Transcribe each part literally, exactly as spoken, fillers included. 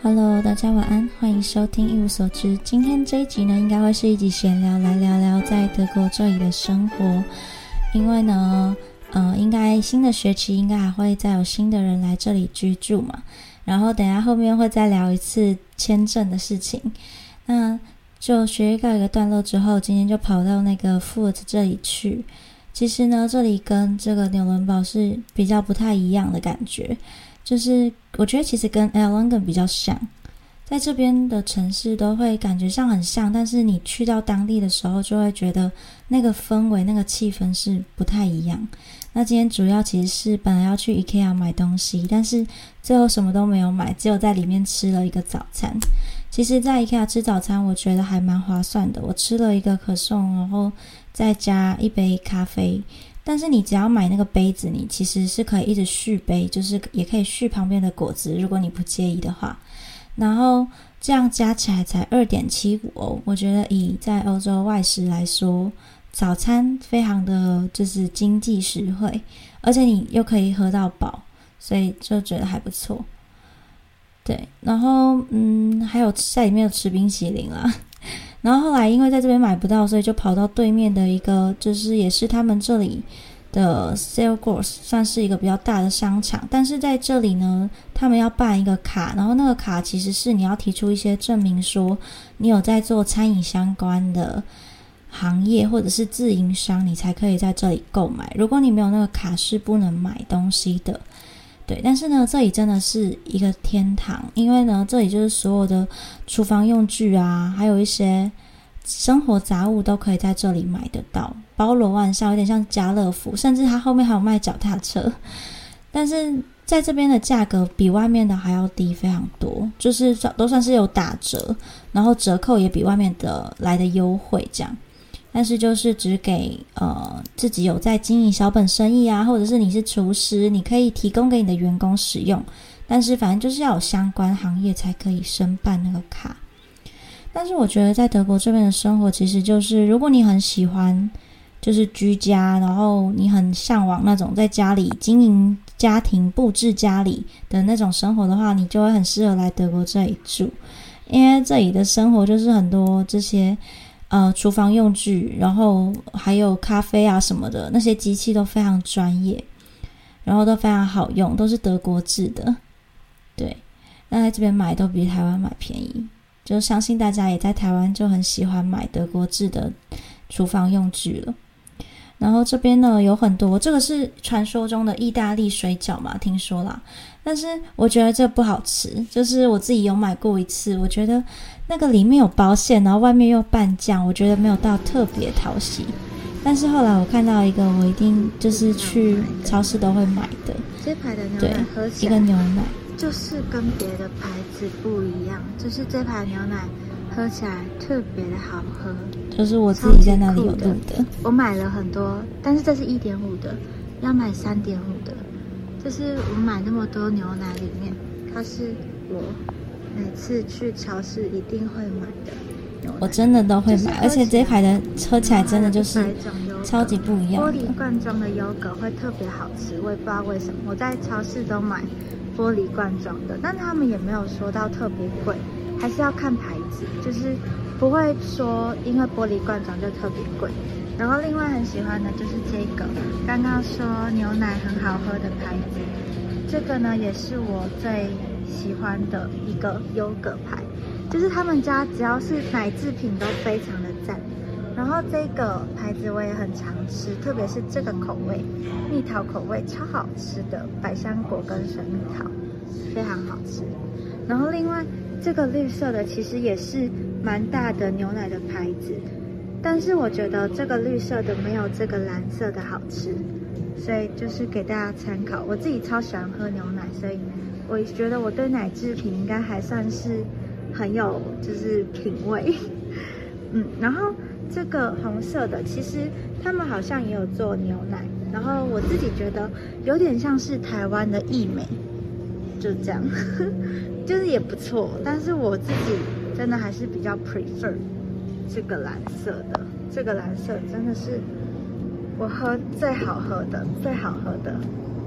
Hello， 大家晚安，欢迎收听一无所知。今天这一集呢，应该会是一集闲聊，来聊聊在德国这里的生活。因为呢，呃，应该新的学期应该还会再有新的人来这里居住嘛。然后等一下后面会再聊一次签证的事情。那就学到一个段落之后，今天就跑到那个 Fürth 这里去。其实呢，这里跟这个纽伦堡是比较不太一样的感觉。就是我觉得其实跟 Erlangen 比较像，在这边的城市都会感觉上很像，但是你去到当地的时候就会觉得那个氛围那个气氛是不太一样。那今天主要其实是本来要去 IKEA 买东西，但是最后什么都没有买，只有在里面吃了一个早餐。其实在 IKEA 吃早餐我觉得还蛮划算的，我吃了一个可颂，然后再加一杯咖啡，但是你只要买那个杯子，你其实是可以一直续杯，就是也可以续旁边的果汁，如果你不介意的话。然后这样加起来才 二点七五欧，我觉得以在欧洲外食来说，早餐非常的就是经济实惠，而且你又可以喝到饱，所以就觉得还不错。对，然后嗯，还有在里面有吃冰淇淋啦。然后后来因为在这边买不到，所以就跑到对面的一个就是也是他们这里的 Selgros， 算是一个比较大的商场。但是在这里呢，他们要办一个卡，然后那个卡其实是你要提出一些证明说你有在做餐饮相关的行业或者是自营商，你才可以在这里购买。如果你没有那个卡是不能买东西的。对，但是呢，这里真的是一个天堂，因为呢，这里就是所有的厨房用具啊，还有一些生活杂物都可以在这里买得到，包罗万象，有点像家乐福，甚至它后面还有卖脚踏车。但是在这边的价格比外面的还要低非常多，就是都算是有打折，然后折扣也比外面的来的优惠这样。但是就是只给呃自己有在经营小本生意啊，或者是你是厨师，你可以提供给你的员工使用，但是反正就是要有相关行业才可以申办那个卡。但是我觉得在德国这边的生活其实就是如果你很喜欢就是居家，然后你很向往那种在家里经营家庭布置家里的那种生活的话，你就会很适合来德国这里住。因为这里的生活就是很多这些呃，厨房用具，然后还有咖啡啊什么的，那些机器都非常专业，然后都非常好用，都是德国制的。对，那在这边买都比台湾买便宜，就相信大家也在台湾就很喜欢买德国制的厨房用具了。然后这边呢有很多，这个是传说中的意大利水饺嘛，听说啦，但是我觉得这不好吃，就是我自己有买过一次，我觉得那个里面有包馅，然后外面又拌酱，我觉得没有到特别讨喜。但是后来我看到一个我一定就是去超市都会买的， 这排的牛奶喝起来一个牛奶就是跟别的牌子不一样，就是这排牛奶喝起来特别的好喝， 就是我自己在那里有录的。 我买了很多，但是这是 一点五 的，要买 三点五 的。就是我买那么多牛奶里面，它是我每次去超市一定会买的牛奶。 我真的都会买，而且这一排的喝起来真的就是超级不一样的。 玻璃罐装的优格会特别好吃，我也不知道为什么。我在超市都买玻璃罐装的，但他们也没有说到特别贵，还是要看牌子，就是不会说因为玻璃罐装就特别贵。然后另外很喜欢的就是这个，刚刚说牛奶很好喝的牌子，这个呢也是我最喜欢的一个优格牌，就是他们家只要是奶制品都非常的赞。然后这个牌子我也很常吃，特别是这个口味，蜜桃口味超好吃的，百香果跟水蜜桃非常好吃。然后另外这个绿色的其实也是蛮大的牛奶的牌子，但是我觉得这个绿色的没有这个蓝色的好吃，所以就是给大家参考。我自己超喜欢喝牛奶，所以我觉得我对奶制品应该还算是很有就是品味。嗯，然后这个红色的其实他们好像也有做牛奶，然后我自己觉得有点像是台湾的义美，就这样。就是也不错，但是我自己真的还是比较 prefer 这个蓝色的，这个蓝色真的是我喝最好喝的最好喝的。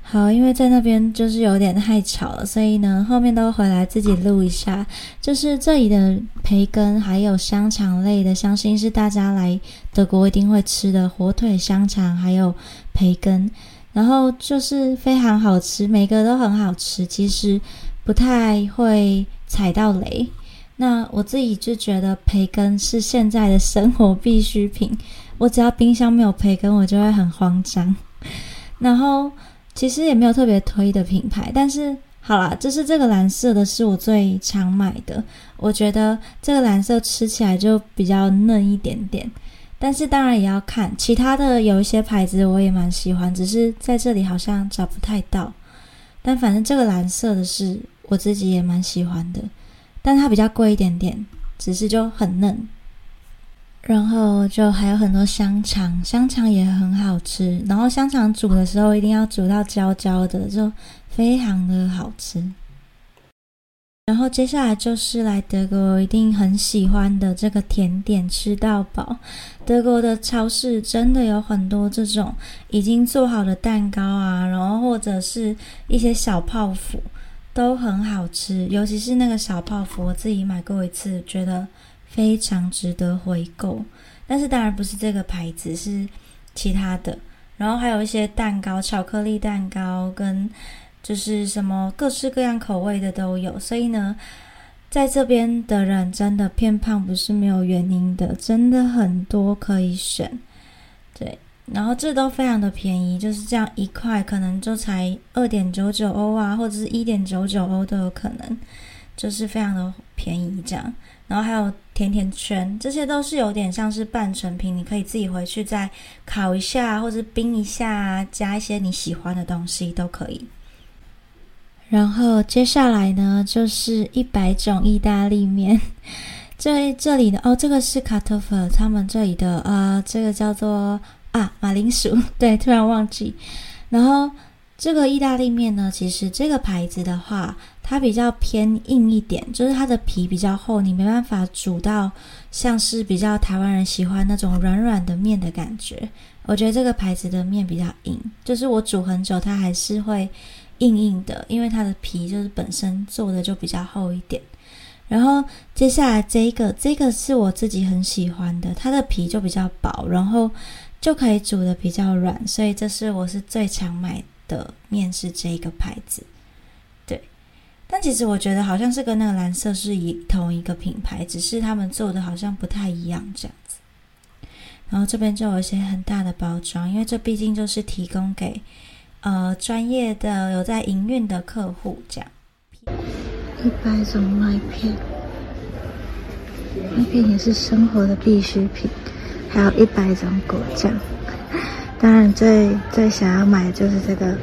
好，因为在那边就是有点太吵了，所以呢后面都回来自己录一下。就是这里的培根还有香肠类的，相信是大家来德国一定会吃的火腿、香肠还有培根，然后就是非常好吃，每个都很好吃，其实不太会踩到雷。那我自己就觉得培根是现在的生活必需品，我只要冰箱没有培根我就会很慌张。然后其实也没有特别推的品牌，但是好啦，就是这个蓝色的是我最常买的，我觉得这个蓝色吃起来就比较嫩一点点，但是当然也要看其他的，有一些牌子我也蛮喜欢，只是在这里好像找不太到，但反正这个蓝色的是我自己也蛮喜欢的，但它比较贵一点点，只是就很嫩。然后就还有很多香肠，香肠也很好吃，然后香肠煮的时候一定要煮到焦焦的，就非常的好吃。然后接下来就是来德国一定很喜欢的这个甜点吃到饱。德国的超市真的有很多这种已经做好的蛋糕啊，然后或者是一些小泡芙都很好吃，尤其是那个小泡芙我自己买过一次，觉得非常值得回购，但是当然不是这个牌子，是其他的。然后还有一些蛋糕，巧克力蛋糕跟就是什么各式各样口味的都有，所以呢在这边的人真的偏胖不是没有原因的，真的很多可以选。对，然后这都非常的便宜，就是这样一块可能就才 二点九九欧啊，或者是 一点九九欧都有可能，就是非常的便宜这样。然后还有甜甜圈，这些都是有点像是半成品，你可以自己回去再烤一下或者冰一下，加一些你喜欢的东西都可以。然后接下来呢就是一百种意大利面，这这里的哦，这个是卡特弗，他们这里的呃，这个叫做啊马铃薯，对，突然忘记。然后这个意大利面呢，其实这个牌子的话它比较偏硬一点，就是它的皮比较厚，你没办法煮到像是比较台湾人喜欢那种软软的面的感觉。我觉得这个牌子的面比较硬，就是我煮很久它还是会硬硬的，因为它的皮就是本身做的就比较厚一点。然后接下来这个这个是我自己很喜欢的，它的皮就比较薄，然后就可以煮的比较软，所以这是我是最常买的面，是这个牌子。对，但其实我觉得好像是跟那个蓝色是一同一个品牌，只是他们做的好像不太一样这样子。然后这边就有一些很大的包装，因为这毕竟就是提供给呃专业的有在营运的客户这样。 一百种麦片，麦片也是生活的必需品，还有一百种果酱。当然最最想要买的就是这个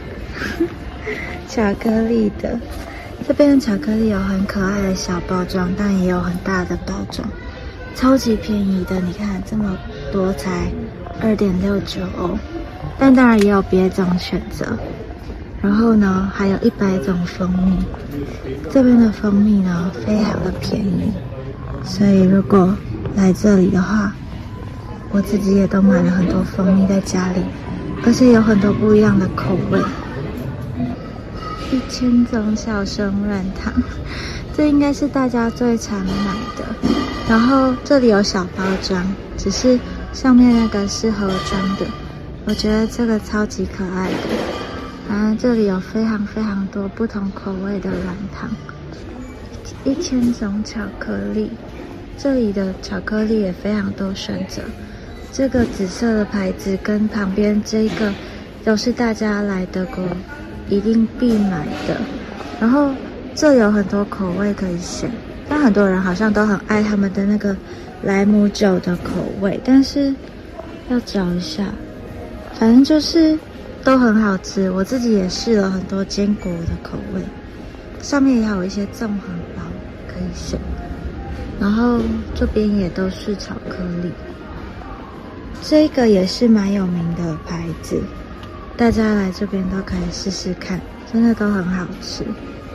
巧克力的，这边的巧克力有很可爱的小包装，但也有很大的包装，超级便宜的，你看这么多才 二点六九欧，但当然也有别种选择。然后呢还有一百种蜂蜜，这边的蜂蜜呢非常的便宜，所以如果来这里的话，我自己也都买了很多蜂蜜在家里，而且有很多不一样的口味。一千种小熊软糖，这应该是大家最常买的。然后这里有小包装，只是上面那个是盒装的，我觉得这个超级可爱的。然后这里有非常非常多不同口味的软糖，一千种巧克力，这里的巧克力也非常多选择。这个紫色的牌子跟旁边这个都是大家来德国一定必买的。然后这有很多口味可以选，但很多人好像都很爱他们的那个莱姆酒的口味，但是要找一下，反正就是都很好吃。我自己也试了很多坚果的口味，上面也有一些综合包可以选。然后这边也都是巧克力，这个也是蛮有名的牌子，大家来这边都可以试试看，真的都很好吃。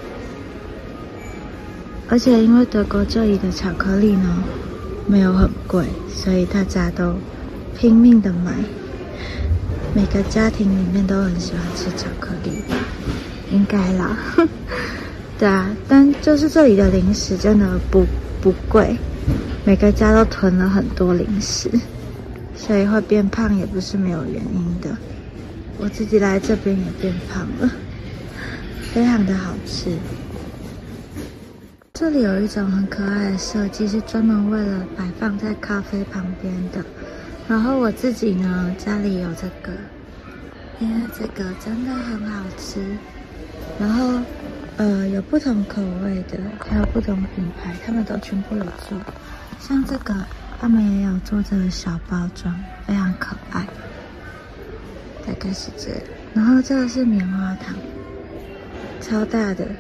而且因为德国这里的巧克力呢没有很贵，所以大家都拼命的买。 每个家庭里面都很喜欢吃巧克力吧，应该啦。对啊，但就是这里的零食真的不不贵，每个家都囤了很多零食，所以会变胖也不是没有原因的。我自己来这边也变胖了，非常的好吃。这里有一种很可爱的设计，是专门为了摆放在咖啡旁边的。然后我自己呢，家里有这个，因为这个真的很好吃。然后，呃，有不同口味的，还有不同品牌，他们都全部有做。像这个，他们也有做这个小包装，非常可爱。大概是这样。然后这个是棉花糖，超大的。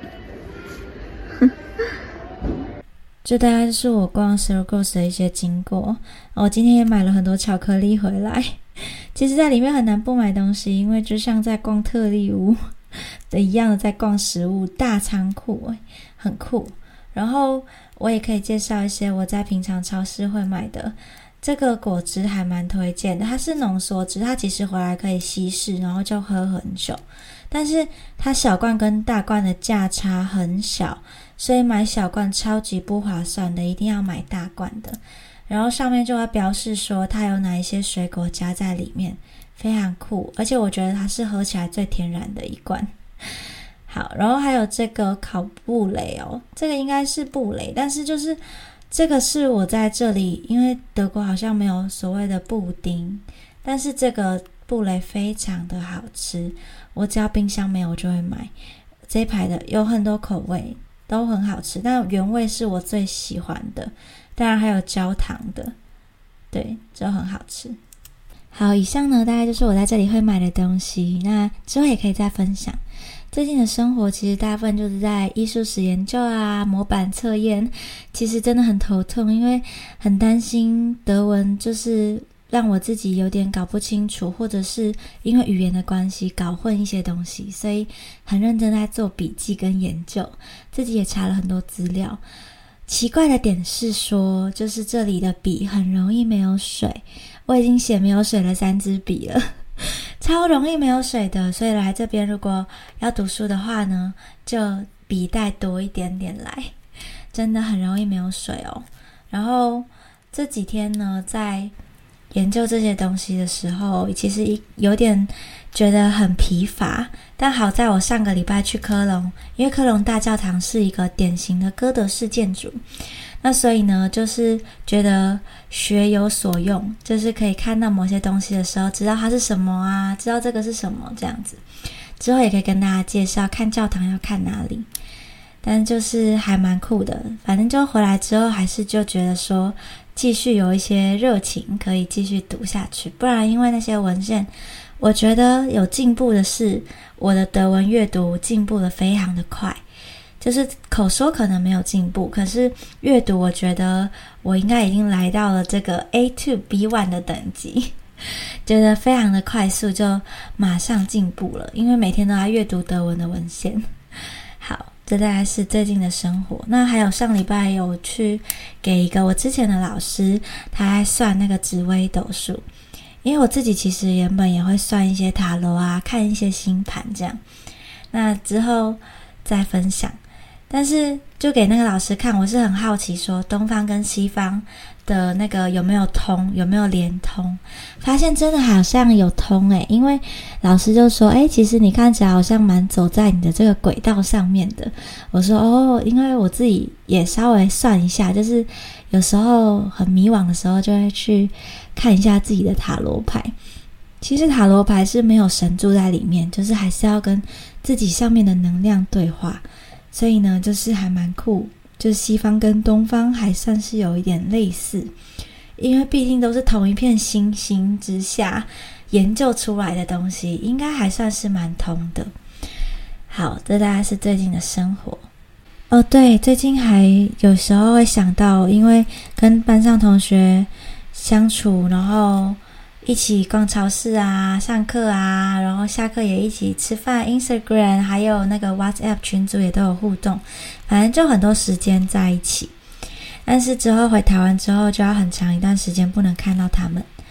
这大概就是我逛 Cerebos 的一些经过。我今天也买了很多巧克力回来。其实在里面很难不买东西，因为就像在逛特利屋的一样的在逛食物大仓库，很酷。然后我也可以介绍一些我在平常超市会买的。这个果汁还蛮推荐的，它是浓缩汁，它其实回来可以稀释，然后就喝很久。但是它小罐跟大罐的价差很小，所以买小罐超级不划算的，一定要买大罐的。然后上面就会标示说它有哪一些水果加在里面，非常酷，而且我觉得它是喝起来最天然的一罐。好，然后还有这个烤布蕾哦，这个应该是布蕾，但是就是这个是我在这里，因为德国好像没有所谓的布丁，但是这个布蕾非常的好吃，我只要冰箱没有我就会买。这一排的有很多口味都很好吃，但原味是我最喜欢的，当然还有焦糖的，对，就很好吃。好，以上呢大概就是我在这里会买的东西，那之后也可以再分享。最近的生活其实大部分就是在艺术史研究啊，模板测验，其实真的很头痛，因为很担心德文就是让我自己有点搞不清楚，或者是因为语言的关系搞混一些东西，所以很认真在做笔记跟研究，自己也查了很多资料。奇怪的点是说，就是这里的笔很容易没有水，我已经写没有水了三支笔了，超容易没有水的，所以来这边如果要读书的话呢，就笔带多一点点来，真的很容易没有水哦。然后这几天呢，在研究这些东西的时候，其实有点觉得很疲乏，但好在我上个礼拜去科隆，因为科隆大教堂是一个典型的哥德式建筑，那所以呢就是觉得学有所用，就是可以看到某些东西的时候知道它是什么啊，知道这个是什么这样子。之后也可以跟大家介绍看教堂要看哪里，但就是还蛮酷的。反正就回来之后还是就觉得说继续有一些热情可以继续读下去，不然因为那些文献我觉得有进步的是我的德文阅读进步的非常的快，就是口说可能没有进步，可是阅读我觉得我应该已经来到了这个 A 二 B 一 的等级，觉得非常的快速，就马上进步了，因为每天都在阅读德文的文献。好，这大概是最近的生活。那还有上礼拜有去给一个我之前的老师，他还算那个紫微斗数，因为我自己其实原本也会算一些塔罗啊，看一些星盘这样，那之后再分享。但是就给那个老师看，我是很好奇说东方跟西方的那个有没有通，有没有连通，发现真的好像有通诶，因为老师就说诶，其实你看起来好像蛮走在你的这个轨道上面的。我说哦，因为我自己也稍微算一下，就是有时候很迷惘的时候就会去看一下自己的塔罗牌。其实塔罗牌是没有神住在里面，就是还是要跟自己上面的能量对话，所以呢就是还蛮酷，就是西方跟东方还算是有一点类似，因为毕竟都是同一片星星之下研究出来的东西，应该还算是蛮通的。好，这大概是最近的生活。哦对，最近还有时候会想到，因为跟班上同学相处，然后一起逛超市啊，上课啊，然后下课也一起吃饭， Instagram 还有那个 WhatsApp 群组也都有互动，反正就很多时间在一起。但是之后回台湾之后就要很长一段时间不能看到他们，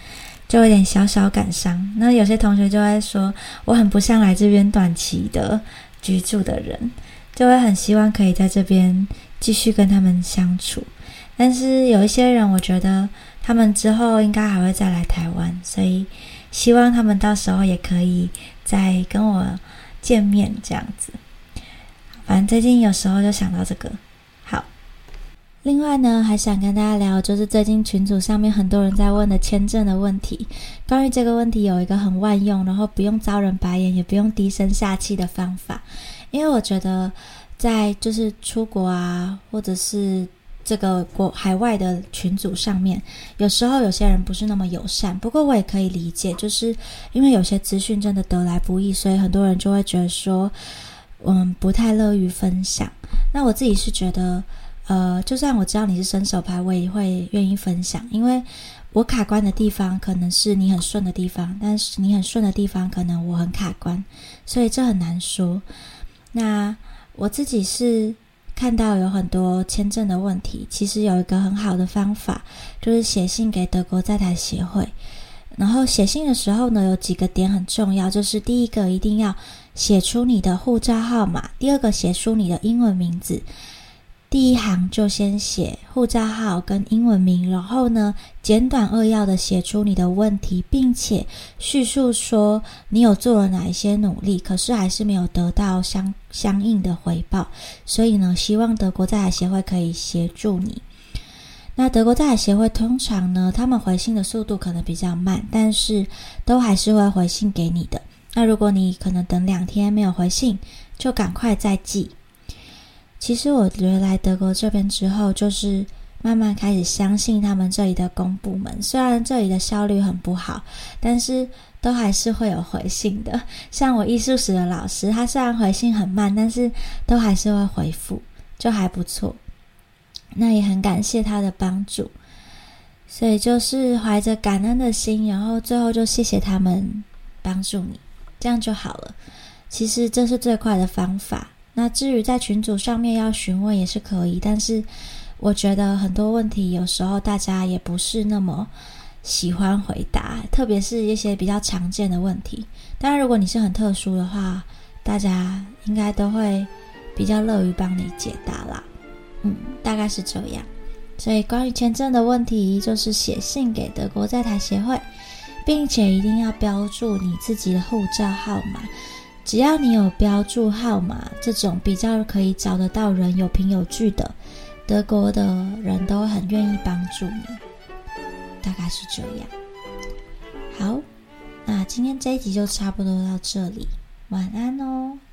就有点小小感伤。那有些同学就会说，我很不像来这边短期的居住的人，就会很希望可以在这边继续跟他们相处。但是有一些人，我觉得他们之后应该还会再来台湾，所以希望他们到时候也可以再跟我见面这样子。反正最近有时候就想到这个。好，另外呢，还想跟大家聊，就是最近群组上面很多人在问的签证的问题。关于这个问题有一个很万用，然后不用招人白眼，也不用低声下气的方法。因为我觉得在就是出国啊，或者是这个国海外的群组上面，有时候有些人不是那么友善，不过我也可以理解，就是因为有些资讯真的得来不易，所以很多人就会觉得说嗯，不太乐于分享。那我自己是觉得呃，就算我知道你是伸手牌，我也会愿意分享，因为我卡关的地方可能是你很顺的地方，但是你很顺的地方可能我很卡关，所以这很难说。那我自己是看到有很多签证的问题，其实有一个很好的方法，就是写信给德国在台协会。然后写信的时候呢，有几个点很重要，就是第一个一定要写出你的护照号码，第二个写出你的英文名字。第一行就先写护照号跟英文名，然后呢简短扼要的写出你的问题，并且叙述说你有做了哪一些努力，可是还是没有得到相相应的回报，所以呢希望德国在台协会可以协助你。那德国在台协会通常呢，他们回信的速度可能比较慢，但是都还是会回信给你的。那如果你可能等两天没有回信，就赶快再寄。其实我觉得来德国这边之后，就是慢慢开始相信他们这里的公部门，虽然这里的效率很不好，但是都还是会有回信的。像我艺术史的老师，他虽然回信很慢，但是都还是会回复，就还不错。那也很感谢他的帮助，所以就是怀着感恩的心，然后最后就谢谢他们帮助你，这样就好了。其实这是最快的方法。那至于在群组上面要询问也是可以，但是我觉得很多问题有时候大家也不是那么喜欢回答，特别是一些比较常见的问题。当然如果你是很特殊的话，大家应该都会比较乐于帮你解答啦。嗯，大概是这样。所以关于签证的问题，就是写信给德国在台协会，并且一定要标注你自己的护照号码。只要你有标注号码，这种比较可以找得到人，有凭有据的，德国的人都很愿意帮助你。大概是这样。好，那今天这一集就差不多到这里，晚安哦。